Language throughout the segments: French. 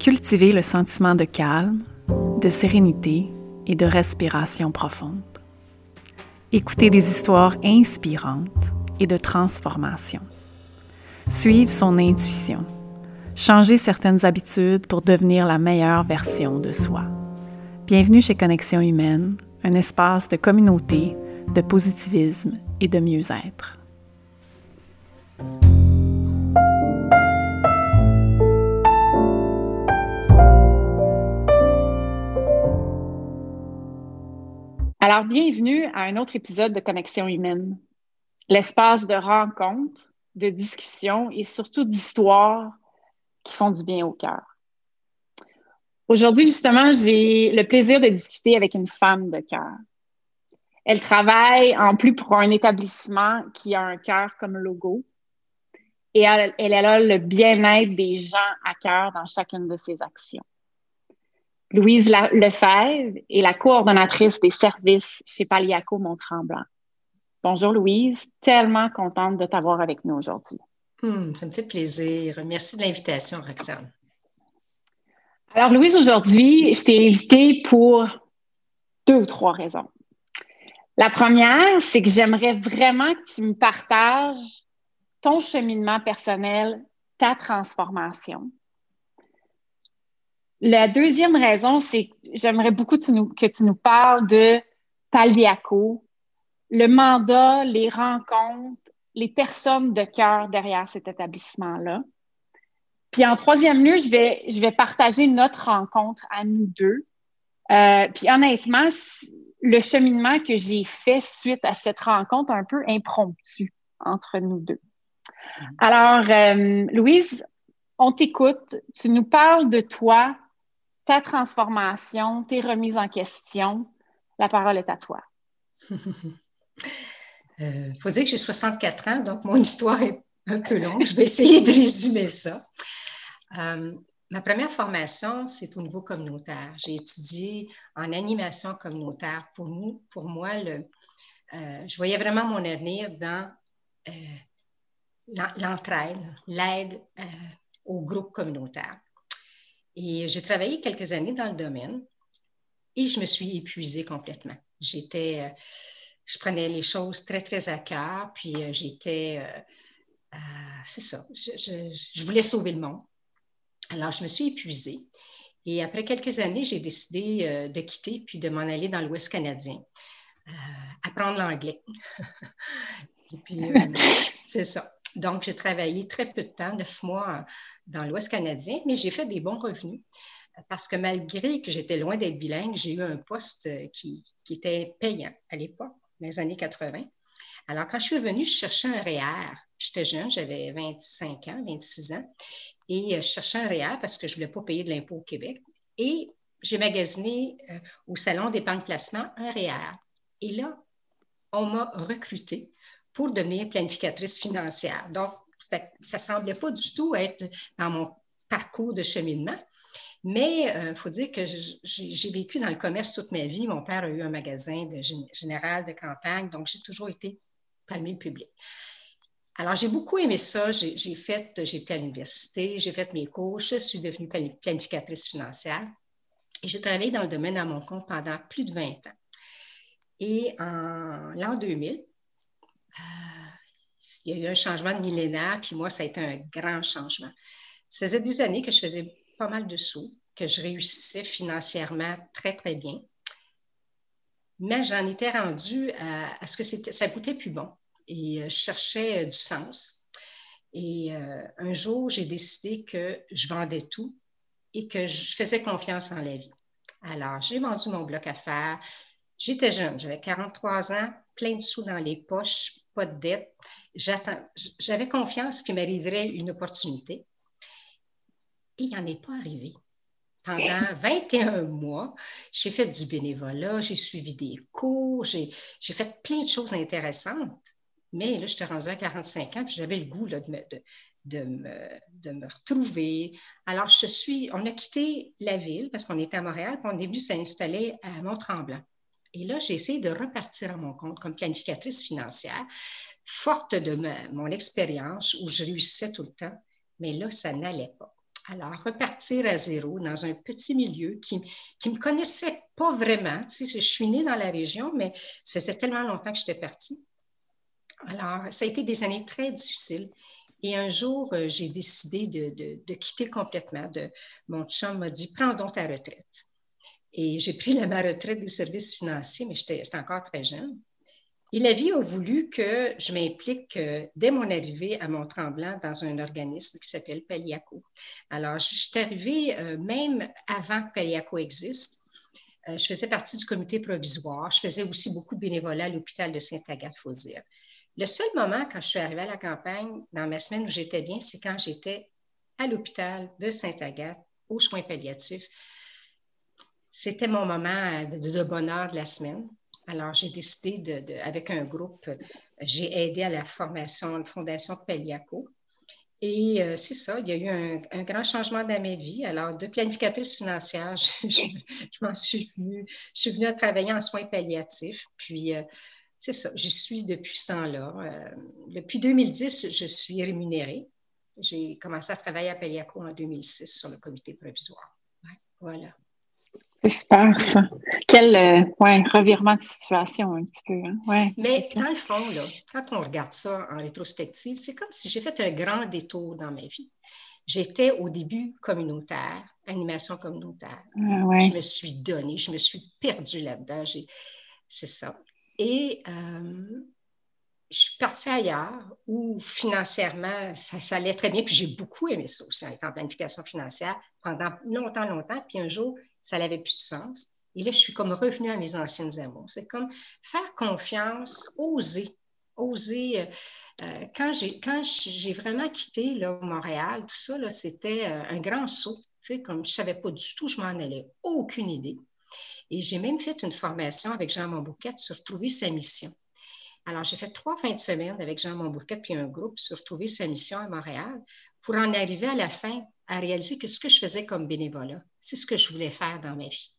cultiver le sentiment de calme, de sérénité et de respiration profonde. Écouter des histoires inspirantes et de transformation. Suivre son intuition. Changer certaines habitudes pour devenir la meilleure version de soi. Bienvenue chez Connexion Humaine, un espace de communauté, de positivisme et de mieux-être. Alors, bienvenue à un autre épisode de Connexion Humaine, l'espace de rencontre, de discussion et surtout d'histoires qui font du bien au cœur. Aujourd'hui, justement, j'ai le plaisir de discuter avec une femme de cœur. Elle travaille en plus pour un établissement qui a un cœur comme logo et elle a le bien-être des gens à cœur dans chacune de ses actions. Louise Lefebvre est la coordonnatrice des services chez Paliaco Mont-Tremblant. Bonjour Louise, tellement contente de t'avoir avec nous aujourd'hui. Ça me fait plaisir. Merci de l'invitation, Roxane. Alors Louise, aujourd'hui, je t'ai invitée pour 2 ou 3 raisons. La première, c'est que j'aimerais vraiment que tu me partages ton cheminement personnel, ta transformation. La deuxième raison, c'est que j'aimerais beaucoup que tu nous parles de Paliaco, le mandat, les rencontres, les personnes de cœur derrière cet établissement-là. Puis en troisième lieu, je vais partager notre rencontre à nous deux. Puis honnêtement, le cheminement que j'ai fait suite à cette rencontre un peu impromptue entre nous deux. Alors, Louise, on t'écoute. Tu nous parles de toi, ta transformation, tes remises en question. La parole est à toi. Faut dire que j'ai 64 ans, donc mon histoire est un peu longue. Je vais essayer de résumer ça. Ma première formation, c'est au niveau communautaire. J'ai étudié en animation communautaire. Pour moi, je voyais vraiment mon avenir dans l'entraide, l'aide au groupe communautaire. Et j'ai travaillé quelques années dans le domaine et je me suis épuisée complètement. Je prenais les choses très, très à cœur, puis c'est ça, je voulais sauver le monde. Alors, je me suis épuisée. Et après quelques années, j'ai décidé de quitter puis de m'en aller dans l'Ouest canadien, apprendre l'anglais. Et puis, c'est ça. Donc, j'ai travaillé très peu de temps, 9 mois dans l'Ouest canadien, mais j'ai fait des bons revenus parce que malgré que j'étais loin d'être bilingue, j'ai eu un poste qui était payant à l'époque, dans les années 80. Alors, quand je suis revenue, je cherchais un REER. J'étais jeune, j'avais 25 ans, 26 ans, et je cherchais un REER parce que je ne voulais pas payer de l'impôt au Québec. Et j'ai magasiné au Salon d'épargne placement un REER. Et là, on m'a recrutée pour devenir planificatrice financière. Donc, ça ne semblait pas du tout être dans mon parcours de cheminement, mais il faut dire que j'ai vécu dans le commerce toute ma vie. Mon père a eu un magasin général de campagne, donc j'ai toujours été parmi le public. Alors, j'ai beaucoup aimé ça. J'ai été à l'université, j'ai fait mes cours, je suis devenue planificatrice financière et j'ai travaillé dans le domaine à mon compte pendant plus de 20 ans. Et en l'an 2000, il y a eu un changement de millénaire, puis moi, ça a été un grand changement. Ça faisait des années que je faisais pas mal de sous, que je réussissais financièrement très, très bien. Mais j'en étais rendue à ce que ça goûtait plus bon. Et je cherchais du sens. Et un jour, j'ai décidé que je vendais tout et que je faisais confiance en la vie. Alors, j'ai vendu mon bloc à faire. J'étais jeune, j'avais 43 ans, plein de sous dans les poches, pas de dette. J'avais confiance qu'il m'arriverait une opportunité. Et il n'en est pas arrivé. Pendant 21 mois, j'ai fait du bénévolat, j'ai suivi des cours, j'ai fait plein de choses intéressantes. Mais là, j'étais rendue à 45 ans, puis j'avais le goût là, de me retrouver. Alors, on a quitté la ville parce qu'on était à Montréal, puis on est venu s'installer à Mont-Tremblant. Et là, j'ai essayé de repartir à mon compte comme planificatrice financière, forte de mon expérience où je réussissais tout le temps. Mais là, ça n'allait pas. Alors, repartir à zéro dans un petit milieu qui ne me connaissait pas vraiment. Tu sais, je suis née dans la région, mais ça faisait tellement longtemps que j'étais partie. Alors, ça a été des années très difficiles. Et un jour, j'ai décidé de quitter complètement. Mon chum m'a dit, prends donc ta retraite. Et j'ai pris ma retraite des services financiers, mais j'étais encore très jeune. Et la vie a voulu que je m'implique dès mon arrivée à Mont-Tremblant dans un organisme qui s'appelle Paliaco. Alors, je suis arrivée même avant que Paliaco existe. Je faisais partie du comité provisoire. Je faisais aussi beaucoup de bénévolat à l'hôpital de Sainte-Agathe, faut dire. Le seul moment quand je suis arrivée à la campagne, dans ma semaine où j'étais bien, c'est quand j'étais à l'hôpital de Sainte-Agathe, aux soins palliatifs. C'était mon moment de bonheur de la semaine. Alors, j'ai décidé, avec un groupe, j'ai aidé à la formation, la Fondation Paliaco. Et c'est ça, il y a eu un grand changement dans ma vie. Alors, de planificatrice financière, je suis venue à travailler en soins palliatifs. Puis, c'est ça, j'y suis depuis ce temps-là. Depuis 2010, je suis rémunérée. J'ai commencé à travailler à Paliaco en 2006 sur le comité provisoire. Ouais, voilà. C'est super, ça. Quel revirement de situation, un petit peu. Hein? Ouais, mais dans le fond, là, quand on regarde ça en rétrospective, c'est comme si j'ai fait un grand détour dans ma vie. J'étais au début communautaire, animation communautaire. ouais. Je me suis donnée, je me suis perdue là-dedans. C'est ça. Et je suis partie ailleurs où financièrement, ça allait très bien. Puis j'ai beaucoup aimé ça aussi, être en planification financière pendant longtemps. Puis un jour, ça n'avait plus de sens. Et là, je suis comme revenue à mes anciennes amours. C'est comme faire confiance, oser. Quand j'ai vraiment quitté là, Montréal, tout ça, là, c'était un grand saut. Tu sais, comme je ne savais pas du tout, je m'en allais, aucune idée. Et j'ai même fait une formation avec Jean Monbouquette sur trouver sa mission. Alors, j'ai fait 3 fins de semaine avec Jean Monbouquette puis un groupe sur trouver sa mission à Montréal pour en arriver à la fin à réaliser que ce que je faisais comme bénévolat, c'est ce que je voulais faire dans ma vie.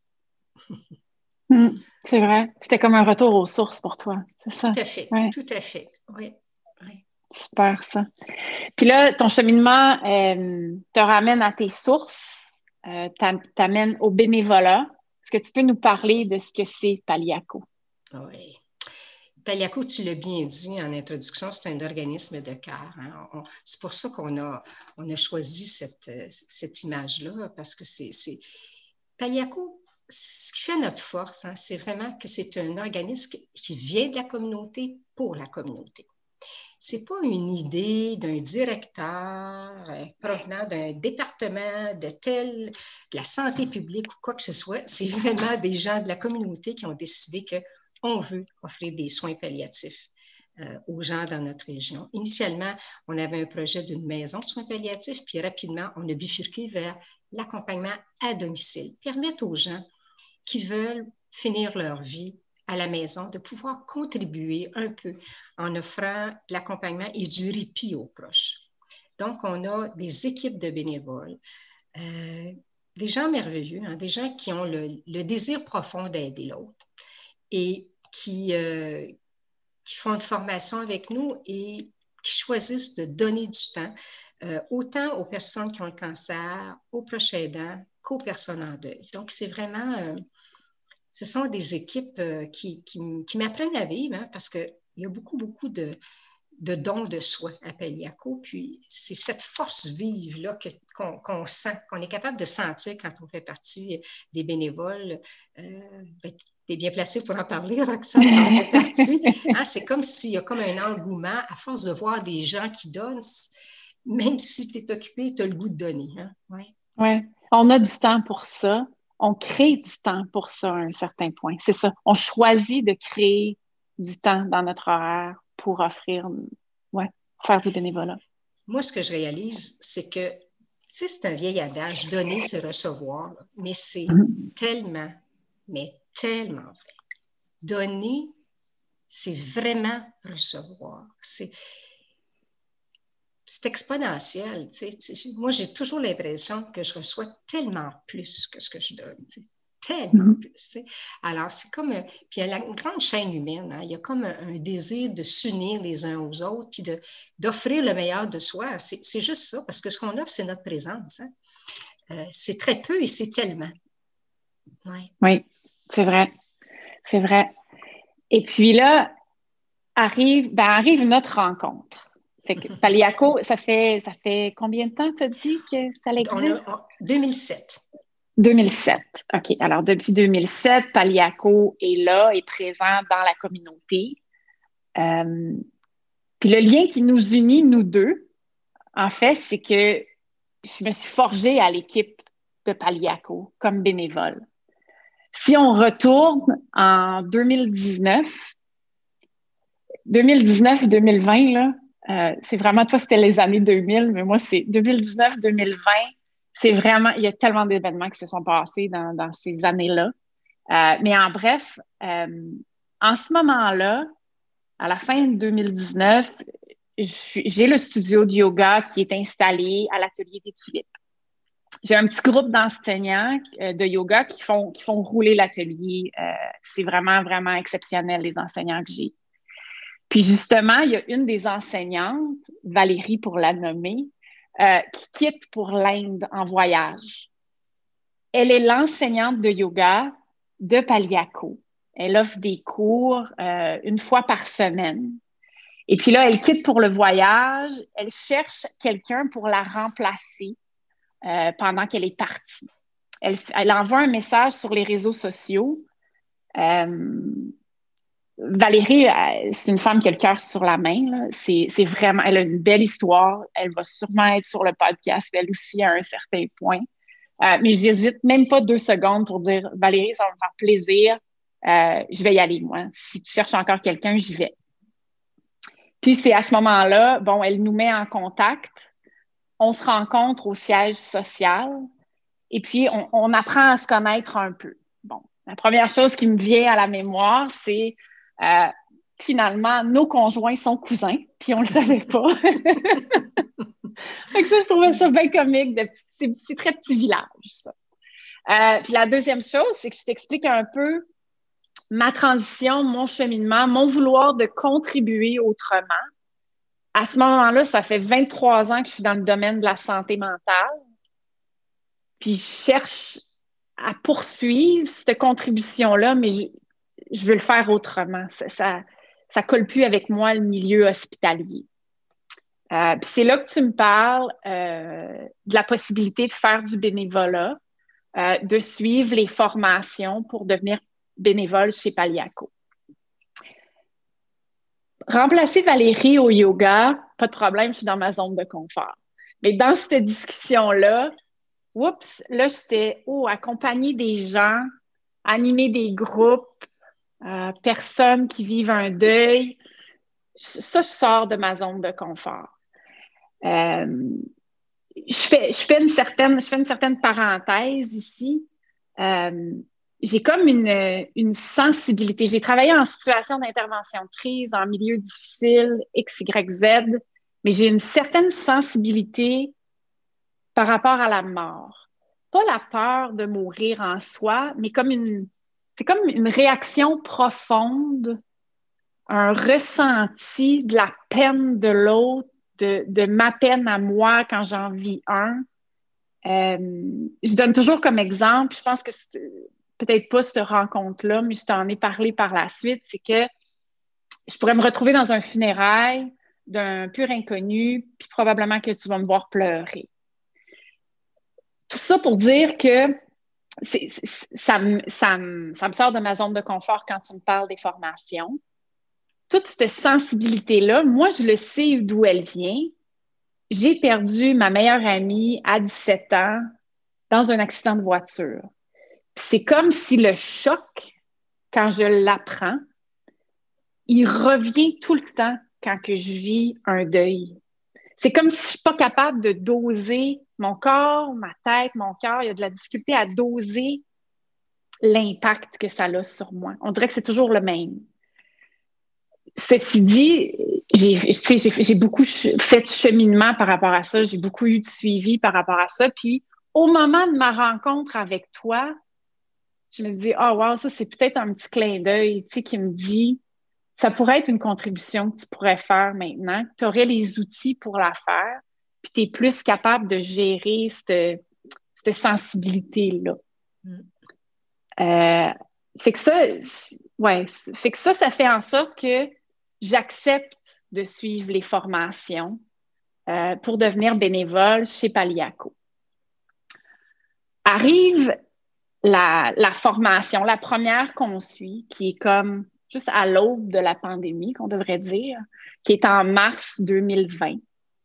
C'est vrai. C'était comme un retour aux sources pour toi, c'est ça? Tout à fait, tout à fait, oui. Super, ça. Puis là, ton cheminement te ramène à tes sources, t'amène au bénévolat. Est-ce que tu peux nous parler de ce que c'est Paliaco? Oui. Paliaco, tu l'as bien dit en introduction, c'est un organisme de cœur. Hein. C'est pour ça qu'on a choisi cette image-là, parce que c'est Paliaco, ce qui fait notre force, hein, c'est vraiment que c'est un organisme qui vient de la communauté pour la communauté. Ce n'est pas une idée d'un directeur provenant d'un département de la santé publique ou quoi que ce soit. C'est vraiment des gens de la communauté qui ont décidé qu'on veut offrir des soins palliatifs aux gens dans notre région. Initialement, on avait un projet d'une maison de soins palliatifs, puis rapidement, on a bifurqué vers l'accompagnement à domicile. Permettre aux gens qui veulent finir leur vie à la maison de pouvoir contribuer un peu en offrant de l'accompagnement et du répit aux proches. Donc, on a des équipes de bénévoles, des gens merveilleux, hein, des gens qui ont le désir profond d'aider l'autre et qui font une formation avec nous et qui choisissent de donner du temps autant aux personnes qui ont le cancer, aux proches aidants qu'aux personnes en deuil. Donc, c'est vraiment... ce sont des équipes qui m'apprennent à vivre, hein, parce qu'il y a beaucoup de dons de soi à Paliaco. Puis c'est cette force vive-là qu'on sent, qu'on est capable de sentir quand on fait partie des bénévoles. Tu es bien placée pour en parler, Roxane, en fait partie. Hein, c'est comme s'il y a comme un engouement à force de voir des gens qui donnent, même si tu es occupé, tu as le goût de donner. Hein? Oui, on a du temps pour ça. On crée du temps pour ça à un certain point. C'est ça. On choisit de créer du temps dans notre horaire pour offrir, faire du bénévolat. Moi, ce que je réalise, c'est que, tu sais, c'est un vieil adage, donner, c'est recevoir, mais c'est tellement vrai. Donner, c'est vraiment recevoir. C'est exponentiel. Moi, j'ai toujours l'impression que je reçois tellement plus que ce que je donne. Tellement plus. Alors, c'est comme... Puis il y a une grande chaîne humaine. Hein, il y a comme un désir de s'unir les uns aux autres puis d'offrir le meilleur de soi. C'est juste ça, parce que ce qu'on offre, c'est notre présence. Hein. c'est très peu et c'est tellement. Ouais. Oui, c'est vrai. C'est vrai. Et puis là, arrive notre rencontre. Fait que Paliaco, ça fait combien de temps tu as dit que ça existe? 2007. 2007. OK. Alors, depuis 2007, Paliaco est là, est présent dans la communauté. Puis le lien qui nous unit, nous deux, en fait, c'est que je me suis forgée à l'équipe de Paliaco comme bénévole. Si on retourne en 2019-2020, là, c'est vraiment, toi, c'était les années 2000, mais moi, c'est 2019-2020. C'est vraiment, il y a tellement d'événements qui se sont passés dans ces années-là. Mais en bref, en ce moment-là, à la fin de 2019, j'ai le studio de yoga qui est installé à l'atelier des Tulipes. J'ai un petit groupe d'enseignants de yoga qui font rouler l'atelier. C'est vraiment, vraiment exceptionnel, les enseignants que j'ai. Puis justement, il y a une des enseignantes, Valérie pour la nommer, qui quitte pour l'Inde en voyage. Elle est l'enseignante de yoga de Paliaco. Elle offre des cours une fois par semaine. Et puis là, elle quitte pour le voyage. Elle cherche quelqu'un pour la remplacer pendant qu'elle est partie. Elle envoie un message sur les réseaux sociaux. Valérie, c'est une femme qui a le cœur sur la main. Là. C'est vraiment, elle a une belle histoire. Elle va sûrement être sur le podcast, elle aussi, à un certain point. Mais j'hésite même pas 2 secondes pour dire, Valérie, ça va me faire plaisir. Je vais y aller, moi. Si tu cherches encore quelqu'un, j'y vais. Puis c'est à ce moment-là, bon, elle nous met en contact. On se rencontre au siège social. Et puis, on apprend à se connaître un peu. Bon, la première chose qui me vient à la mémoire, c'est finalement, nos conjoints sont cousins, puis on ne le savait pas. Fait que ça, je trouvais ça bien comique. C'est très petit village, ça. Puis la deuxième chose, c'est que je t'explique un peu ma transition, mon cheminement, mon vouloir de contribuer autrement. À ce moment-là, ça fait 23 ans que je suis dans le domaine de la santé mentale. Puis je cherche à poursuivre cette contribution-là, mais je veux le faire autrement. Ça colle plus avec moi, le milieu hospitalier. Puis c'est là que tu me parles de la possibilité de faire du bénévolat, de suivre les formations pour devenir bénévole chez Paliaco. Remplacer Valérie au yoga, pas de problème, je suis dans ma zone de confort. Mais dans cette discussion-là, oups, là, j'étais accompagner des gens, animer des groupes, personnes qui vivent un deuil. Ça, je sors de ma zone de confort. Je fais une certaine parenthèse ici. J'ai comme une sensibilité. J'ai travaillé en situation d'intervention de crise, en milieu difficile, X, Y, Z, mais j'ai une certaine sensibilité par rapport à la mort. Pas la peur de mourir en soi, mais c'est comme une réaction profonde, un ressenti de la peine de l'autre, de ma peine à moi quand j'en vis un. Je donne toujours comme exemple, je pense que peut-être pas cette rencontre-là, mais je t'en ai parlé par la suite, c'est que je pourrais me retrouver dans un funérail d'un pur inconnu, puis probablement que tu vas me voir pleurer. Tout ça pour dire que ça me sort de ma zone de confort quand tu me parles des formations. Toute cette sensibilité-là, moi, je le sais d'où elle vient. J'ai perdu ma meilleure amie à 17 ans dans un accident de voiture. C'est comme si le choc, quand je l'apprends, il revient tout le temps quand que je vis un deuil. C'est comme si je ne suis pas capable de doser mon corps, ma tête, mon cœur. Il y a de la difficulté à doser l'impact que ça a sur moi. On dirait que c'est toujours le même. Ceci dit, j'ai beaucoup fait de cheminement par rapport à ça. J'ai beaucoup eu de suivi par rapport à ça. Puis, au moment de ma rencontre avec toi, je me dis, oh wow, ça, c'est peut-être un petit clin d'œil, tu sais, qui me dit, ça pourrait être une contribution que tu pourrais faire maintenant, tu aurais les outils pour la faire, puis tu es plus capable de gérer cette sensibilité-là. Mm. Fait que ça fait en sorte que j'accepte de suivre les formations pour devenir bénévole chez Paliaco. Arrive la formation, la première qu'on suit, qui est comme juste à l'aube de la pandémie, qu'on devrait dire, qui est en mars 2020.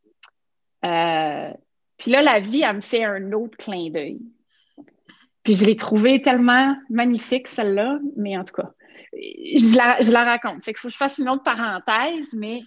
Puis là, la vie, elle me fait un autre clin d'œil. Puis je l'ai trouvée tellement magnifique, celle-là, mais en tout cas, je la raconte. Fait qu'il faut que je fasse une autre parenthèse, mais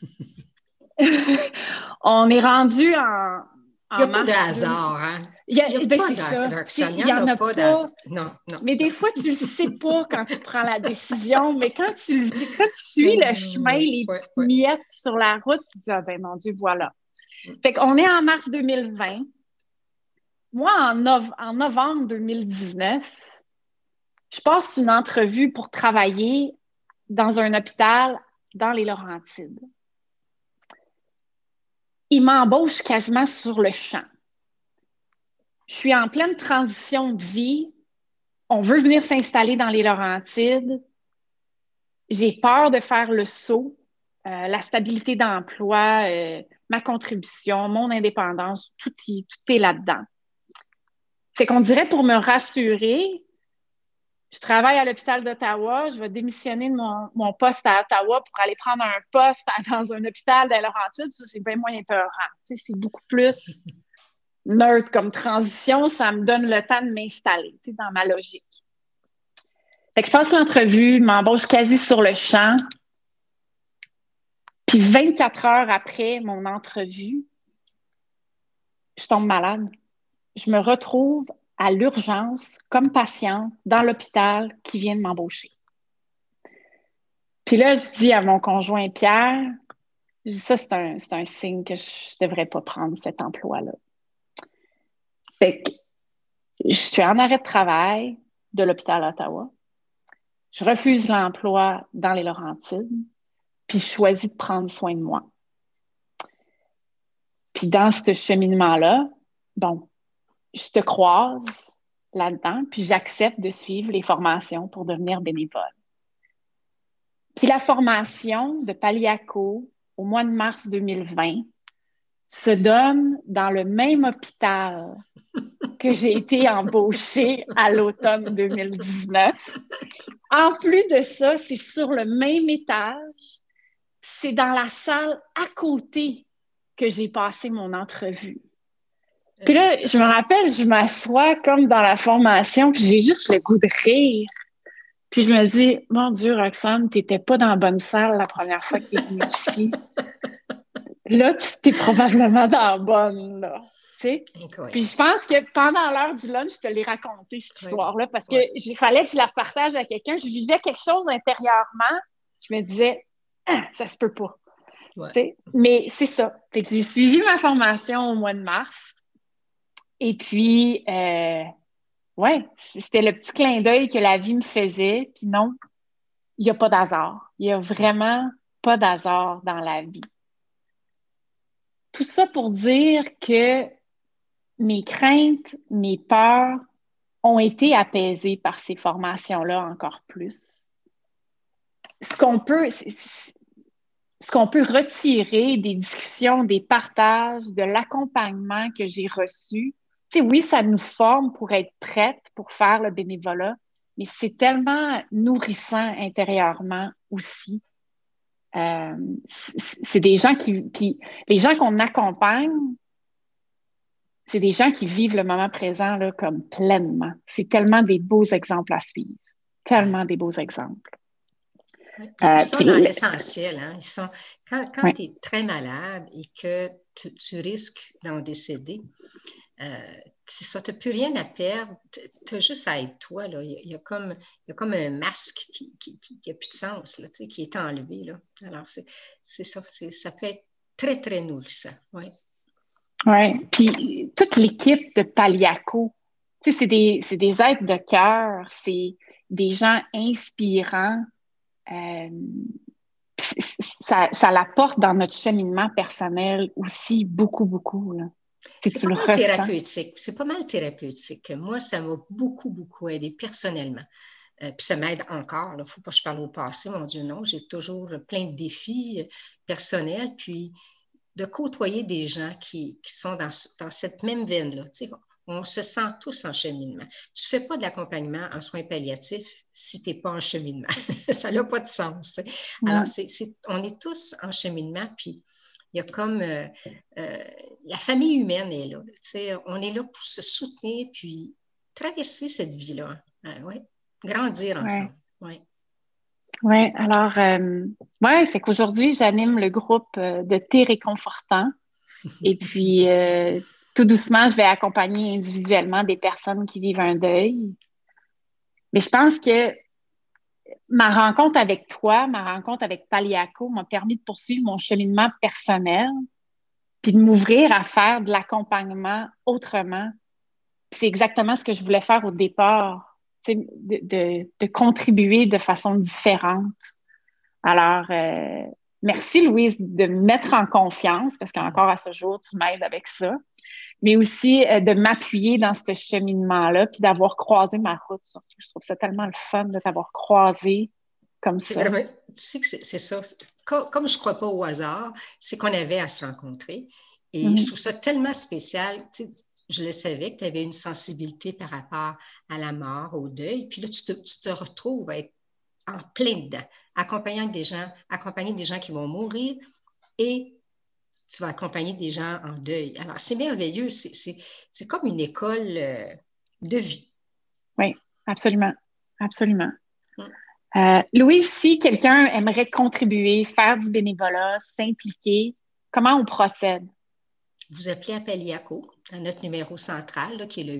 on est rendu en Il n'y a pas mars. de hasard, hein? Il y a pas c'est ça. Roxane, Il n'y en a pas. Non, non. Mais des fois, tu ne le sais pas quand tu prends la décision, mais quand tu suis le chemin, les petites miettes sur la route, tu te dis, ah ben mon Dieu, voilà. Fait qu'on est en mars 2020. Moi, en novembre 2019, je passe une entrevue pour travailler dans un hôpital dans les Laurentides. Il m'embauche quasiment sur le champ. Je suis en pleine transition de vie. On veut venir s'installer dans les Laurentides. J'ai peur de faire le saut, la stabilité d'emploi, ma contribution, mon indépendance, tout est là-dedans. Fait qu'on dirait pour me rassurer, je travaille à l'hôpital d'Ottawa, je vais démissionner de mon poste à Ottawa pour aller prendre un poste dans un hôpital des Laurentides. Ça, c'est bien moins épeurant. Tu sais, c'est beaucoup plus neutre comme transition. Ça me donne le temps de m'installer, tu sais, dans ma logique. Fait que je passe l'entrevue, m'embauche quasi sur le champ. Puis 24 heures après mon entrevue, je tombe malade. Je me retrouve à l'urgence comme patiente dans l'hôpital qui vient de m'embaucher. Puis là, je dis à mon conjoint Pierre, je dis, ça, c'est un signe que je ne devrais pas prendre cet emploi-là. Fait que je suis en arrêt de travail de l'hôpital d'Ottawa. Je refuse l'emploi dans les Laurentides, puis je choisis de prendre soin de moi. Puis dans ce cheminement-là, bon, je te croise là-dedans, puis j'accepte de suivre les formations pour devenir bénévole. Puis la formation de Paliaco, au mois de mars 2020, se donne dans le même hôpital que j'ai été embauchée à l'automne 2019. En plus de ça, c'est sur le même étage, c'est dans la salle à côté que j'ai passé mon entrevue. Puis là, je me rappelle, je m'assois comme dans la formation, puis j'ai juste le goût de rire. Puis je me dis, mon Dieu, Roxane, t'étais pas dans la bonne salle la première fois que t'es venue ici. Là, tu t'es probablement dans la bonne, là. Tu sais? Puis je pense que pendant l'heure du lunch, je te l'ai raconté, cette histoire-là, parce qu'il fallait que je la partage à quelqu'un. Je vivais quelque chose intérieurement. Je me disais, ça se peut pas. Ouais. Mais c'est ça. Fait que j'ai suivi ma formation au mois de mars. Et puis, c'était le petit clin d'œil que la vie me faisait. Puis non, il n'y a pas d'hasard. Il n'y a vraiment pas d'hasard dans la vie. Tout ça pour dire que mes craintes, mes peurs ont été apaisées par ces formations-là encore plus. Ce qu'on peut retirer des discussions, des partages, de l'accompagnement que j'ai reçu, tu sais, oui, ça nous forme pour être prête pour faire le bénévolat, mais c'est tellement nourrissant intérieurement aussi. C'est des gens les gens qu'on accompagne, c'est des gens qui vivent le moment présent là, comme pleinement. C'est tellement des beaux exemples à suivre. Tellement des beaux exemples. Ils sont dans l'essentiel. Hein? Quand tu es très malade et que tu risques d'en décéder, c'est ça, tu n'as plus rien à perdre. Tu as juste à être toi. Là. Il y a comme un masque qui n'a plus de sens, là, qui est enlevé. Là. Alors, c'est ça. Ça peut être très, très nourrissant. Oui. Oui. Puis, toute l'équipe de Paliaco, c'est des êtres de cœur, c'est des gens inspirants. Ça l'apporte dans notre cheminement personnel aussi beaucoup, beaucoup. Là. si C'est tu pas le mal ressens. thérapeutique. C'est pas mal thérapeutique. Moi, ça m'a beaucoup, beaucoup aidé personnellement. Puis ça m'aide encore. Il ne faut pas que je parle au passé, mon Dieu, non. J'ai toujours plein de défis personnels. Puis de côtoyer des gens qui sont dans cette même veine-là. Tu sais, on se sent tous en cheminement. Tu ne fais pas de l'accompagnement en soins palliatifs si tu n'es pas en cheminement. Ça n'a pas de sens. Tu sais. Alors, on est tous en cheminement, puis il y a comme la famille humaine est là. Tu sais, on est là pour se soutenir, puis traverser cette vie-là. Ouais. Grandir ensemble. Ouais. Oui, alors, fait qu'aujourd'hui, j'anime le groupe de thé réconfortant. Et puis, tout doucement, je vais accompagner individuellement des personnes qui vivent un deuil. Mais je pense que ma rencontre avec toi, ma rencontre avec Paliaco m'a permis de poursuivre mon cheminement personnel, puis de m'ouvrir à faire de l'accompagnement autrement. Puis c'est exactement ce que je voulais faire au départ, de contribuer de façon différente. Alors, merci Louise de me mettre en confiance, parce qu'encore à ce jour, tu m'aides avec ça, mais aussi de m'appuyer dans ce cheminement-là, puis d'avoir croisé ma route surtout. Je trouve ça tellement le fun de t'avoir croisé comme C'est ça. vraiment, tu sais que c'est ça. Comme je ne crois pas au hasard, c'est qu'on avait à se rencontrer. Et je trouve ça tellement spécial. Tu sais, je le savais que tu avais une sensibilité par rapport à la mort, au deuil. Puis là, tu te retrouves à être en plein dedans, accompagner des gens qui vont mourir et tu vas accompagner des gens en deuil. Alors, c'est merveilleux. C'est comme une école de vie. Oui, absolument. Absolument. Louise, si quelqu'un aimerait contribuer, faire du bénévolat, s'impliquer, comment on procède? Vous appelez à Paliaco, à notre numéro central, là, qui est le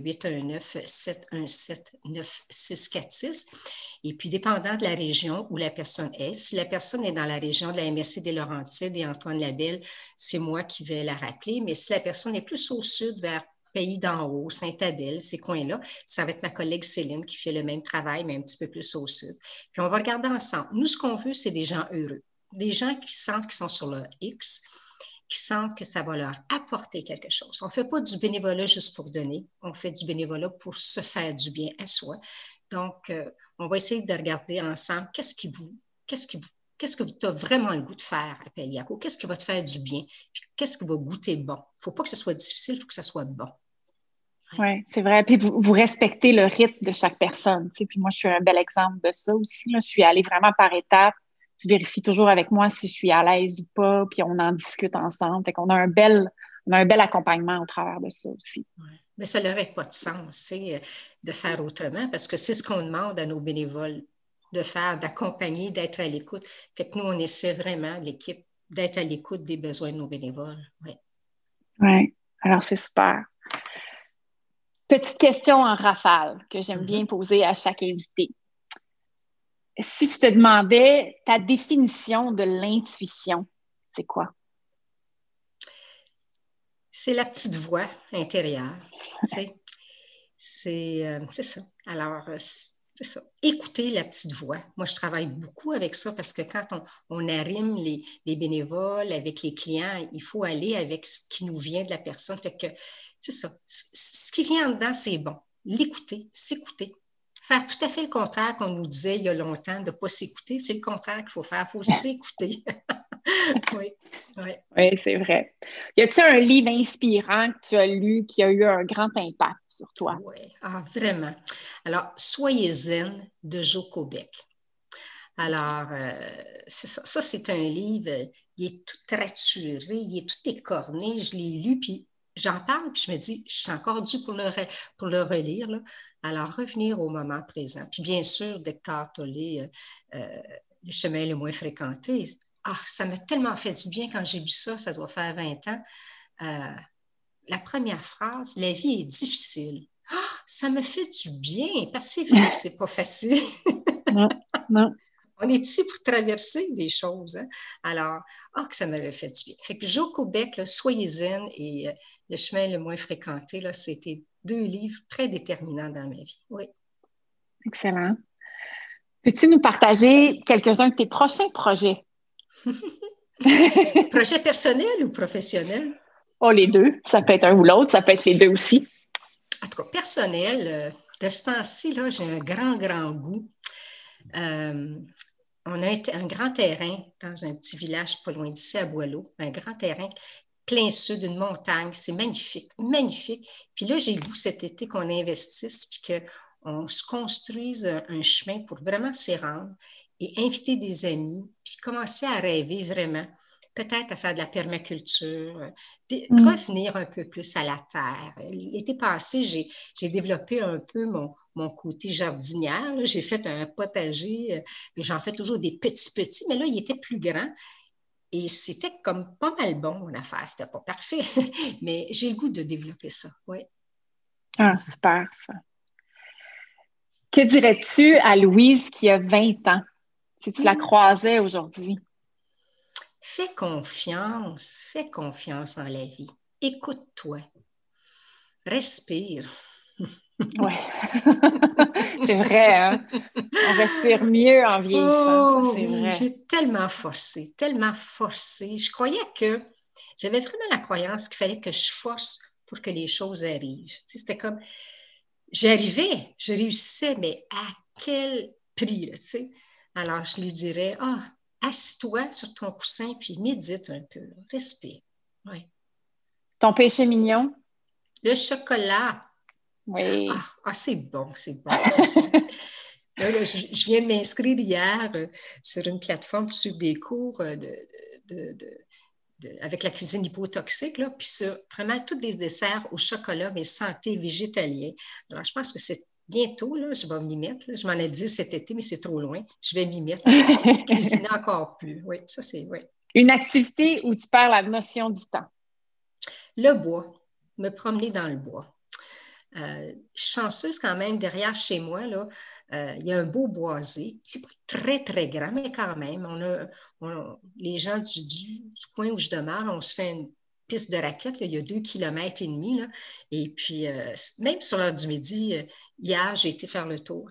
819-717-9646. Et puis, dépendant de la région où la personne est, si la personne est dans la région de la MRC des Laurentides et Antoine Labelle, c'est moi qui vais la rappeler. Mais si la personne est plus au sud, vers Pays d'en haut, Sainte-Adèle, ces coins-là, ça va être ma collègue Céline qui fait le même travail, mais un petit peu plus au sud. Puis, on va regarder ensemble. Nous, ce qu'on veut, c'est des gens heureux, des gens qui sentent qu'ils sont sur leur X, qui sentent que ça va leur apporter quelque chose. On ne fait pas du bénévolat juste pour donner, on fait du bénévolat pour se faire du bien à soi. Donc, on va essayer de regarder ensemble qu'est-ce que tu as vraiment le goût de faire à Paliaco, qu'est-ce qui va te faire du bien, qu'est-ce qui va goûter bon. Il ne faut pas que ce soit difficile, il faut que ça soit bon. Oui, c'est vrai. Puis vous respectez le rythme de chaque personne. Tu sais. Puis moi, je suis un bel exemple de ça aussi. Là. Je suis allée vraiment par étapes. Tu vérifies toujours avec moi si je suis à l'aise ou pas, puis on en discute ensemble. Fait qu'on a un bel accompagnement au travers de ça aussi. Ouais. Mais ça n'aurait pas de sens de faire autrement parce que c'est ce qu'on demande à nos bénévoles de faire, d'accompagner, d'être à l'écoute. Fait que nous, on essaie vraiment, l'équipe, d'être à l'écoute des besoins de nos bénévoles. Oui. Oui, alors c'est super. Petite question en rafale que j'aime bien poser à chaque invité. Si je te demandais ta définition de l'intuition, c'est quoi? C'est la petite voix intérieure. C'est ça. Alors, c'est ça. Écouter la petite voix. Moi, je travaille beaucoup avec ça parce que quand on arrime les bénévoles avec les clients, il faut aller avec ce qui nous vient de la personne. Fait que, c'est ça. Ce qui vient en dedans, c'est bon. L'écouter, s'écouter. Faire tout à fait le contraire qu'on nous disait il y a longtemps de ne pas s'écouter. C'est le contraire qu'il faut faire. Il faut s'écouter. Oui, oui. Oui, c'est vrai. Y a-t-il un livre inspirant que tu as lu qui a eu un grand impact sur toi? Oui, vraiment. Alors, Soyez zen de Jo Cobec. Alors, c'est ça. Ça, c'est un livre, il est tout raturé, il est tout écorné. Je l'ai lu, puis j'en parle, puis je me dis, je suis encore due pour le relire. Là. Alors, revenir au moment présent. Puis bien sûr, Descartes Tolle, les chemins les moins fréquentés. Ça m'a tellement fait du bien quand j'ai lu ça, ça doit faire 20 ans. La première phrase, la vie est difficile. Ça me fait du bien, parce que c'est vrai que c'est pas facile. Non, non. On est ici pour traverser des choses. Hein? Alors, que ça m'avait fait du bien. Fait que Jo Cobec, Soyez zen et Le chemin le moins fréquenté, là, c'était 2 livres très déterminants dans ma vie. Oui. Excellent. Peux-tu nous partager quelques-uns de tes prochains projets? Projet personnel ou professionnel? Oh, les deux. Ça peut être un ou l'autre, ça peut être les deux aussi. En tout cas, personnel, de ce temps-ci, là, j'ai un grand goût. On a un grand terrain dans un petit village pas loin d'ici, à Boileau, un grand terrain plein sud, une montagne. C'est magnifique, magnifique. Puis là, j'ai le goût cet été qu'on investisse puis qu'on se construise un chemin pour vraiment s'y rendre et inviter des amis puis commencer à rêver vraiment, peut-être à faire de la permaculture, revenir un peu plus à la terre. L'été passé, j'ai développé un peu mon côté jardinière. J'ai fait un potager, j'en fais toujours des petits, mais là, il était plus grand. Et c'était comme pas mal bon, mon affaire. C'était pas parfait, mais j'ai le goût de développer ça, oui. Ah, super, ça. Que dirais-tu à Louise qui a 20 ans, si tu la croisais aujourd'hui? Fais confiance en la vie. Écoute-toi. Respire. Oui, c'est vrai, hein? On respire mieux en vieillissant, ça Oh c'est oui, vrai. j'ai tellement forcé, tellement forcé. Je croyais que j'avais vraiment la croyance qu'il fallait que je force pour que les choses arrivent. Tu sais, c'était comme, j'arrivais, je réussissais, mais à quel prix, là, tu sais? Alors, je lui dirais, assis-toi sur ton coussin puis médite un peu, là. Respire. Ouais. Ton péché mignon? Le chocolat. Oui. C'est bon, c'est bon, c'est bon. Là, je viens de m'inscrire hier sur une plateforme pour suivre des cours avec la cuisine hypotoxique, là, puis sur vraiment tous des desserts au chocolat, mais santé végétalien. Alors, je pense que c'est bientôt, là, je vais m'y mettre. Là. Je m'en ai dit cet été, mais c'est trop loin. Je vais m'y mettre, cuisiner encore plus. Oui, ça, c'est, oui. Une activité où tu perds la notion du temps. Le bois, me promener dans le bois. Chanceuse quand même, derrière chez moi, là, il y a un beau boisé. C'est pas très, très grand, mais quand même. Les gens du coin où je demeure, on se fait une piste de raquettes. Là, il y a 2,5 km. Là, et puis, même sur l'heure du midi, hier, j'ai été faire le tour.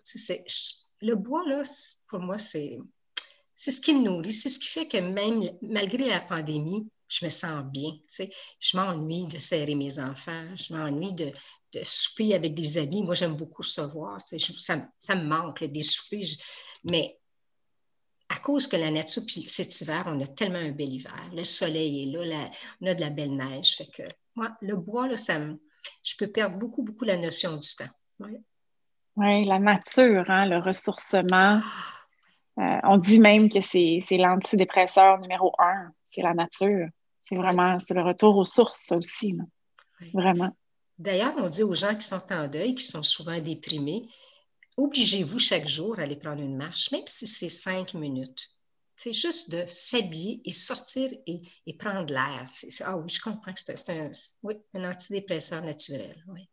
Le bois, là, pour moi, c'est ce qui me nourrit. C'est ce qui fait que même malgré la pandémie, je me sens bien. Tu sais. Je m'ennuie de serrer mes enfants. Je m'ennuie de souper avec des amis. Moi, j'aime beaucoup recevoir. Tu sais. Ça me manque, là, des soupers. Mais à cause que la nature, puis cet hiver, on a tellement un bel hiver. Le soleil est là, on a de la belle neige. Fait que moi, le bois, là, je peux perdre beaucoup la notion du temps. Ouais. Oui, la nature, hein, le ressourcement. On dit même que c'est l'antidépresseur numéro 1, c'est la nature. C'est Ouais. vraiment, c'est le retour aux sources, ça aussi. Là. Ouais. Vraiment. D'ailleurs, on dit aux gens qui sont en deuil, qui sont souvent déprimés, obligez-vous chaque jour à aller prendre une marche, même si c'est 5 minutes. C'est juste de s'habiller et sortir et prendre l'air. Oui, je comprends que c'est un antidépresseur naturel. Oui.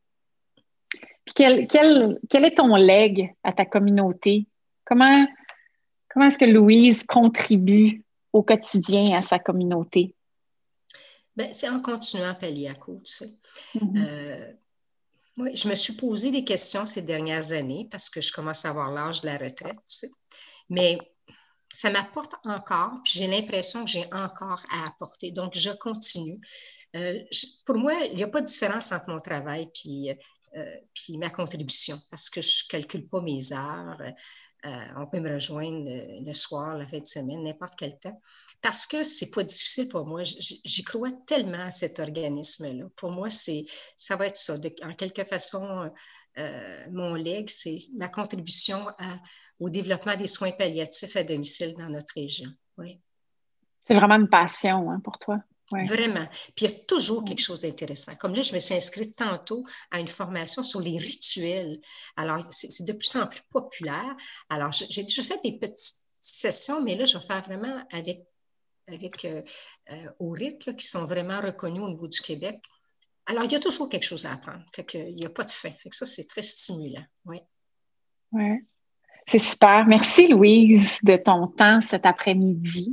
Puis quel est ton legs à ta communauté? Comment est-ce que Louise contribue au quotidien à sa communauté? Bien, c'est en continuant à pallier à côté, tu sais. Mm-hmm. Oui, je me suis posé des questions ces dernières années parce que je commence à avoir l'âge de la retraite, tu sais. Mais ça m'apporte encore, puis j'ai l'impression que j'ai encore à apporter. Donc, je continue. Pour moi, il n'y a pas de différence entre mon travail puis ma contribution parce que je ne calcule pas mes heures. On peut me rejoindre le soir, la fin de semaine, n'importe quel temps. Parce que ce n'est pas difficile pour moi. J'y crois tellement à cet organisme-là. Pour moi, ça va être ça. En quelque façon, mon legs, c'est ma contribution au développement des soins palliatifs à domicile dans notre région. Oui. C'est vraiment une passion, hein, pour toi. Ouais. Vraiment. Puis il y a toujours quelque chose d'intéressant. Comme là, je me suis inscrite tantôt à une formation sur les rituels. Alors, c'est de plus en plus populaire. Alors, j'ai déjà fait des petites sessions, mais là, je vais faire vraiment avec au RIT, là, qui sont vraiment reconnus au niveau du Québec. Alors, il y a toujours quelque chose à apprendre. Fait qu'il n'y a pas de fin. Fait que ça, c'est très stimulant. Oui. Ouais. C'est super. Merci, Louise, de ton temps cet après-midi.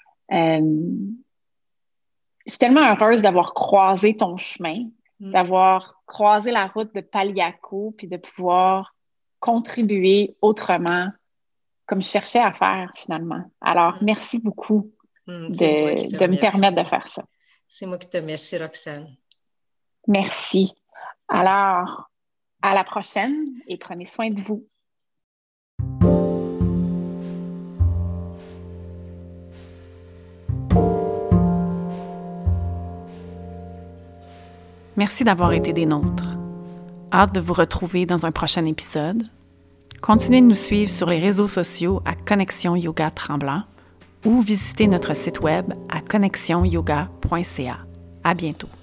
Je suis tellement heureuse d'avoir croisé ton chemin, d'avoir croisé la route de Paliaco, puis de pouvoir contribuer autrement, comme je cherchais à faire finalement. Alors, merci beaucoup C'est moi qui te de me permettre de remercie. faire ça. C'est moi qui te remercie, Roxane. Merci. Alors, à la prochaine et prenez soin de vous. Merci d'avoir été des nôtres. Hâte de vous retrouver dans un prochain épisode. Continuez de nous suivre sur les réseaux sociaux à Connexion Yoga Tremblant ou visitez notre site web à connexionyoga.ca. À bientôt.